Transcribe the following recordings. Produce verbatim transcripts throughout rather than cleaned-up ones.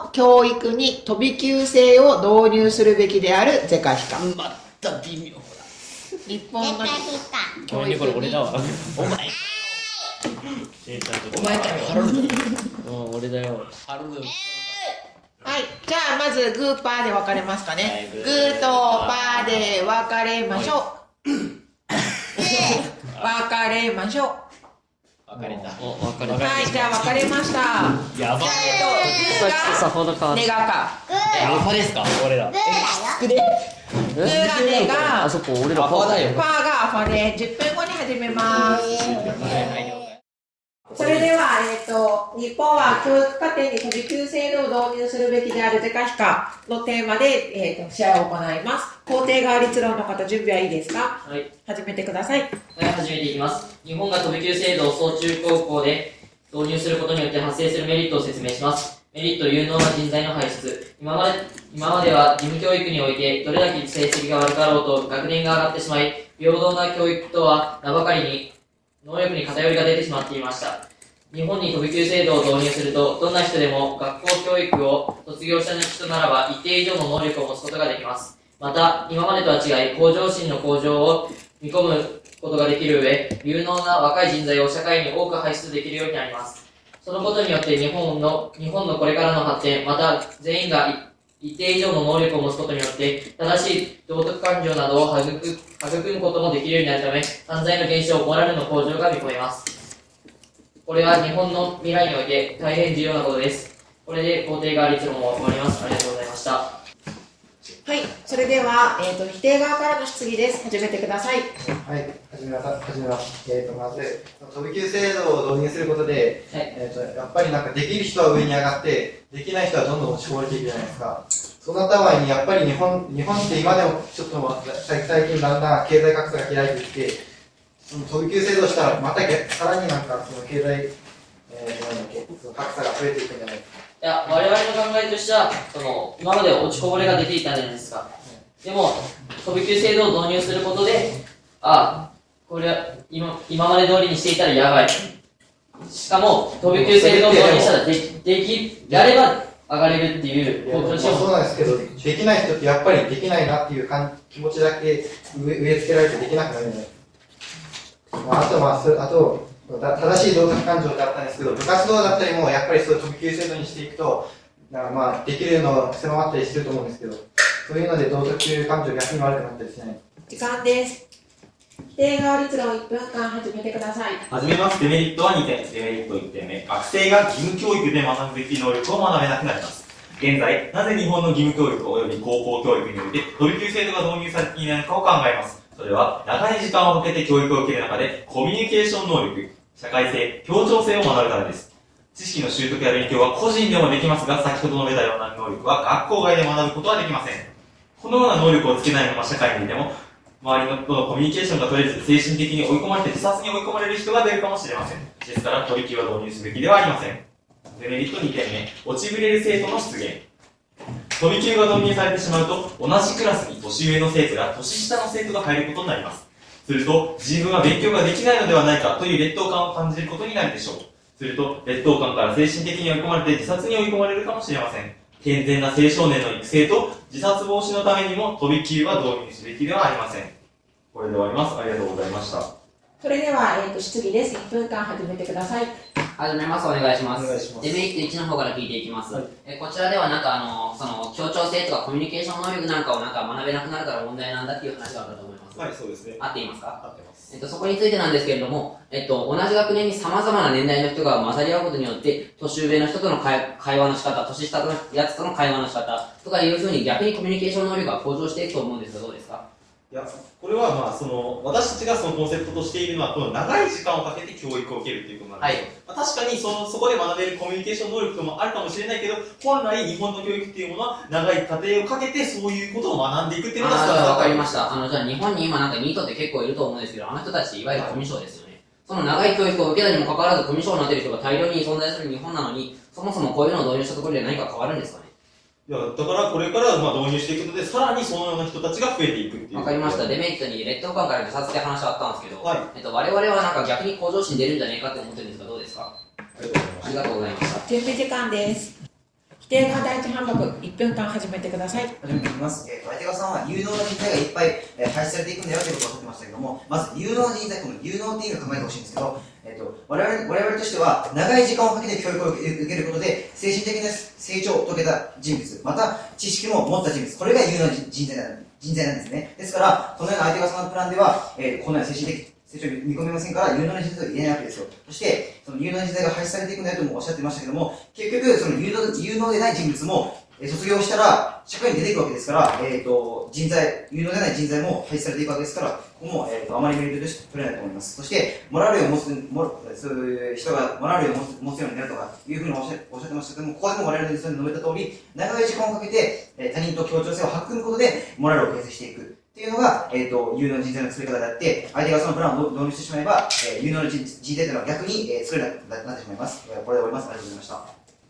教育に飛び級制を導入するべきであるゼカヒカ。 また微妙だ。 日本の教育にこれ俺だわ。お前お前かよ。ハロルド。うん、俺だよ。ハロルド。 はい、じゃあまずグーパーで分かれますかね、はい、グーとパーで分かれましょう、はい、分かれましょう。 分かれた。お、 分かれた。はい、じゃあ分かれました。 やばい。 えっと、グーがネガか。 え、アルファですか俺ら。え、つくでグーがネガ、 あそこ俺らパーだよ。 パーがアファでじゅっぷんごに始めます。それでは、えっと、日本は教育課程に飛び級制度を導入するべきであるゼカヒカのテーマで、えっと、試合を行います。肯定側立論の方、準備はいいですか？ はい。 始めてください。 はい、始めていきます。日本が飛び級制度を小中高校で導入することによって発生するメリットを説明します。メリット、有能な人材の輩出。今まで、今までは義務教育において、どれだけ成績が悪かろうと学年が上がってしまい、平等な教育とは名ばかりに、能力に偏りが出てしまっていました。日本に飛び級制度を導入すると、どんな人でも学校教育を卒業した人ならば一定以上の能力を持つことができます。また、今までとは違い、向上心の向上を見込むことができる上、有能な若い人材を社会に多く輩出できるようになります。そのことによって日本の、日本のこれからの発展、また全員が一定以上の能力を持つことによって、正しい道徳感情などを育む、育むこともできるようになるため、犯罪の減少、モラルの向上が見込めます。これは日本の未来において大変重要なことです。これで肯定側立論を終わります。ありがとうございました。 はい、それでは、えーと、否定側からの質疑です。始めてください。 はい、始めます。始めます。えーと、まず、飛び級制度を導入することで、はい、えーと、やっぱりなんかできる人は上に上がって、できない人はどんどん落ちこぼれていくじゃないですか。そうなった場合に、やっぱり日本、日本って今でもちょっと最近だんだん経済格差が開いてきて、その飛び級制度をしたら、またさらになんかその経済、えー、なんだっけ、その格差が増えていくんじゃないですか。 いや、我々の考えとしては、その今まで落ちこぼれが出ていたじゃないですか。でも、飛び級制度を導入することで、あ、これは今、今まで通りにしていたらやばい。しかも、飛び級制度を導入したらで、でき、やれば上がれるっていう方向性も。そうなんですけど、できない人ってやっぱりできないなっていう気持ちだけ植え付けられてできなくなるんじゃないですか。あと、まあ、それあと正しい道徳感情だったんですけど、部活動だったりもやっぱりそういう飛び級制度にしていくと、まあ、できるの狭まったりすると思うんですけど、そういうので道徳感情逆に悪くなったりしない。 時間です。否定側立論いっぷんかん始めてください。 始めます。デメリットはにてん。デメリットいってんめ。学生が義務教育で学ぶべき能力を学べなくなります。現在、なぜ日本の義務教育及び高校教育において飛び級制度が導入されていないのかを考えます。それは、長い時間をかけて教育を受ける中で、コミュニケーション能力、社会性、協調性を学ぶためです。知識の習得や勉強は個人でもできますが、先ほど述べたような能力は学校外で学ぶことはできません。このような能力をつけないまま社会にいても、周りのとのコミュニケーションが取れず、精神的に追い込まれて自殺に追い込まれる人が出るかもしれません。ですから、飛び級は導入すべきではありません。デメリットにてんめ、落ちぶれる生徒の出現。飛び級が導入されてしまうと、同じクラスに年上の生徒や年下の生徒が入ることになります。すると、自分は勉強ができないのではないかという劣等感を感じることになるでしょう。すると、劣等感から精神的に追い込まれて自殺に追い込まれるかもしれません。健全な青少年の育成と自殺防止のためにも飛び級は導入すべきではありません。これで終わります。ありがとうございました。 それでは、えーと、質疑です。いっぷんかん始めてください。 始めます。お願いします。 お願いします。 デメリットいちの方から聞いていきます。はい、えこちらではなんかあの、その、協調性とかコミュニケーション能力なんかをなんか学べなくなるから問題なんだっていう話があったと思います。 はい、そうですね。 合っていますか？ 合ってます。 えっと、そこについてなんですけれども、えっと、同じ学年に様々な年代の人が混ざり合うことによって、年上の人との会話の仕方、年下のやつとの会話の仕方とかいうふうに逆にコミュニケーション能力が向上していくと思うんですが、どうですか？ いや、これはまあ、その、私たちがそのコンセプトとしているのは、この長い時間をかけて教育を受けるということなんですよ。はい、まあ、確かにその、そこで学べるコミュニケーション能力ともあるかもしれないけど、本来日本の教育っていうものは、長い過程をかけてそういうことを学んでいくっていうのがああ、わかりました。あの、じゃあ日本に今なんかニートって結構いると思うんですけど、あの人たちいわゆるコミュ障ですよね。その長い教育を受けたにもかかわらずコミュ障になっている人が大量に存在する日本なのに、そもそもこういうのを導入したところで何か変わるんですかね？ いや、だからこれからまあ導入していくので、さらにそのような人たちが増えていくっていう。 わかりました。デメリットに劣等感から自殺って話はあったんですけど、 はい、 えっと、我々はなんか逆に向上心出るんじゃねえかって思ってるんですが、どうですか？ ありがとうございました。 ありがとうございました。 準備時間です。 否定側第一反駁、いっぷんかん始めてください。 始めていきます。えー、相手側さんは有能な人材がいっぱい、えー、排出されていくんだよということをおっしゃってましたけども、まず有能な人材、この有能っていうのを考えてほしいんですけど、えー、と我々、我々としては長い時間をかけて教育を受けることで精神的な成長を遂げた人物、また知識も持った人物、これが有能な人材なん人材なんですね。ですから、このような相手側さんのプランでは、えー、このような精神的成長を見込めませんから、有能な人材とは言えないわけですよ。そして、その有能な人材が廃止されていくんだよともおっしゃってましたけども、結局、その有能有能でない人物も、えー、卒業したら、社会に出ていくわけですから、えっ、ー、と、人材、有能でない人材も廃止されていくわけですから、ここも、えー、とあまりメリットとして取れないと思います。そして、モラルを持つ、もそういう人がモラルを持つ持つようになるとか、いうふうにおっしゃおっしゃってましたけども、ここでも我々の述べた通り、長い時間をかけて、えー、他人と協調性を育むことで、モラルを形成していく。っていうのが、えー、と有能な人材の作り方であって、相手がそのプランを導入してしまえば、えー、有能な人材というのは逆に、えー、作れなくなってしまいます。えー、これで終わります。ありがとうございました。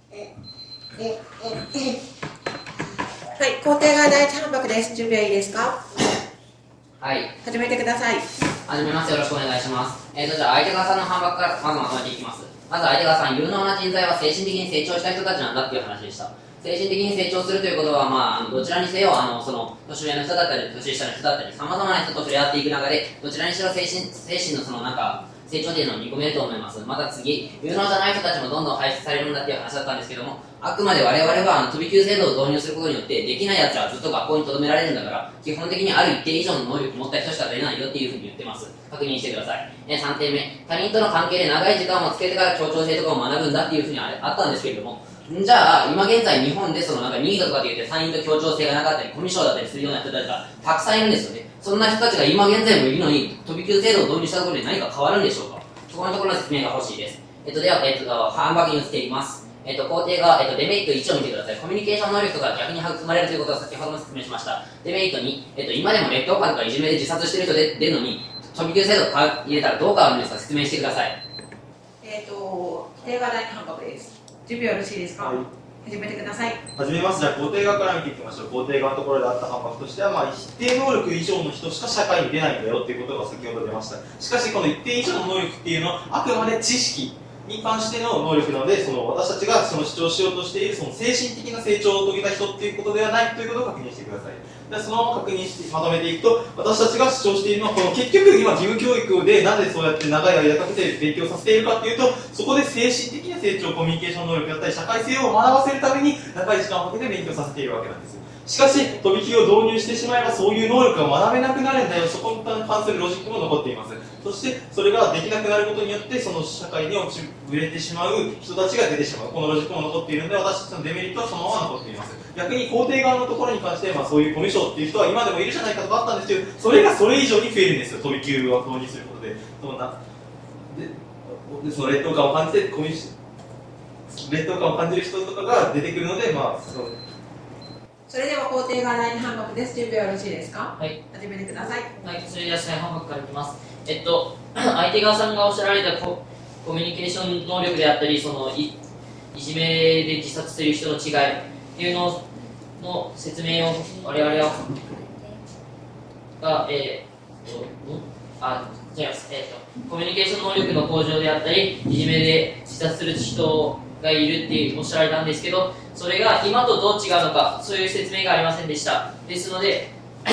はい、肯定側第一反駁です。準備はいいですか？ はい。 始めてください。 始めます。よろしくお願いします。えーと、じゃあ、相手側さんの反駁からまずまとめていきます。まず相手側さん、有能な人材は精神的に成長した人たちなんだっていう話でした。精神的に成長するということは、まあ、どちらにせよ、あの、その、年上の人だったり、年下の人だったり、様々な人と触れ合っていく中で、どちらにしろ精神、精神のその、なんか、成長というのを見込めると思います。また次、有能じゃない人たちもどんどん排出されるんだっていう話だったんですけども、あくまで我々は、あの、飛び級制度を導入することによって、できない奴らはずっと学校に留められるんだから、基本的にある一定以上の能力を持った人しか出れないよっていうふうに言ってます。確認してください。え、さんてんめ、他人との関係で長い時間をつけてから協調性とかを学ぶんだっていうふうにあれあったんですけれども、じゃあ、今現在日本でそのなんかニードとかって言って他人と協調性がなかったり、コミュ障だったりするような人たちがたくさんいるんですよね。そんな人たちが今現在もいるのに、飛び級制度を導入したところで何か変わるんでしょうか？そこのところの説明が欲しいです。えっと、では、えっと、反駁に移っていきます。えっと、肯定が、えっと、デメリットいちを見てください。コミュニケーション能力が逆に育まれるということを先ほども説明しました。デメリットに、えっと、今でも劣等感とかいじめで自殺してる人で出るのに、飛び級制度を入れたらどう変わるんですか？説明してください。 えっ、ー、と、否定側第二反駁です。準備よろしいですか？はい、始めてください。 始めます。じゃあ肯定側から見ていきましょう。肯定側のところであった反駁としては、まあ、一定能力以上の人しか社会に出ないんだよっていうことが先ほど出ました。しかしこの一定以上の能力っていうのはあくまで知識に関しての能力なので、その私たちがその主張しようとしているその精神的な成長を遂げた人っていうことではないということを確認してください。でそのまま確認してまとめていくと、私たちが主張しているのはこの結局今義務教育でなぜそうやって長い間かけて勉強させているかっていうと、そこで精神的な成長、コミュニケーション能力だったり社会性を学ばせるために長い時間をかけて勉強させているわけなんです。しかし飛び級を導入してしまえばそういう能力が学べなくなるんだよ、そこに関するロジックも残っています。そしてそれができなくなることによってその社会に落ちぶれてしまう人たちが出てしまう、このロジックも残っているので、私たちのデメリットはそのまま残っています。逆に肯定側のところに関して、まあ、そういうコミュ障っていう人は今でもいるじゃないかとかあったんですけど、それがそれ以上に増えるんですよ、飛び級を導入することで。そんなでその劣等感を感じてコミュ劣等感を感じる人とかが出てくるので、まあそうそれでは肯定側第二反駁です。準備はよろしいですか？ はい。 始めてください。 はい、それでは再反駁からいきます。えっと、相手側さんがおっしゃられたコ、コミュニケーション能力であったり、そのい、いじめで自殺する人の違いっていうのの説明を我々は、が、えー、と、あ、違います。えー、と、コミュニケーション能力の向上であったり、いじめで自殺する人がいるっておっしゃられたんですけど、それが今とどう違うのか、そういう説明がありませんでした。ですので、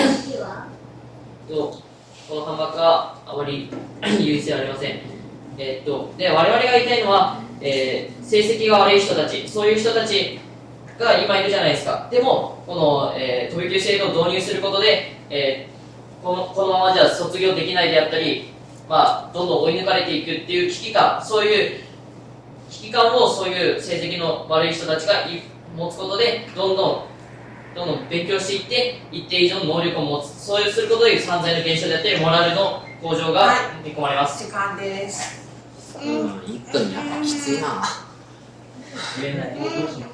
とこの反駁はあまり優位性はありません。えー、っとで我々が言いたいのは、えー、成績が悪い人たち、そういう人たちが今いるじゃないですか。でも、この、えー、飛び級制度を導入することで、えー、この、このままじゃ卒業できないであったり、まあ、どんどん追い抜かれていくっていう危機感、そういう危機感をそういう成績の悪い人たちが持つことで、どんどんどんどん勉強していって一定以上の能力を持つ、そういうすることで犯罪の減少であったりモラルの向上が見込まれます。 時間です。 うん、いっぷんやっぱきついな。 言えない。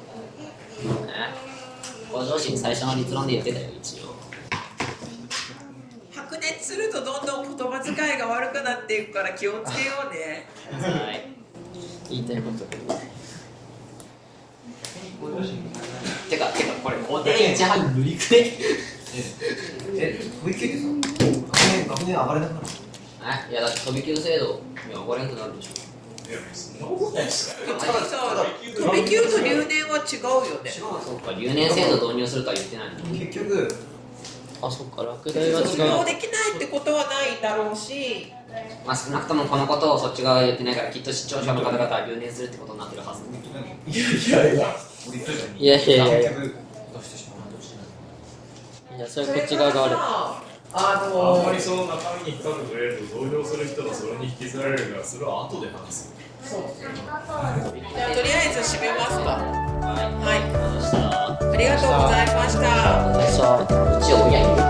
ご上司最初の立論で言ってたよ、一応。 白熱するとどんどん言葉遣いが悪くなっていくから気をつけようね。 はい。言いたいことで。てか、てか、これ、おでんじゃん、塗りくね。 え、飛び級ってさ、学年、学年上がれなくなる？ え、いや、だって飛び級制度に上がれなくなるでしょ。 えそんなことないですよ。 別にさ、飛び級と留年は違うよね。 そうか、留年制度導入するとは言ってないの。 結局、 あ、そっか、落第は違卒業う。 できないってことはないだろうし、 まあ少なくともこのことをそっち側は言ってないから、きっと視聴者の方々は留年するってことになってるはず。 いやいやいや。 いやいやいやいや。 結局どうしてしまうどうしてしまういや、それこっち側が悪い。 あのあんまりその中身に深く触れると同情する人がそれに引きずられるからそれは後で話す。 そう。じゃあとりあえず締めますか。はい。 ありがとうございました。 ありがとうございました。 さあ。 うち親いる。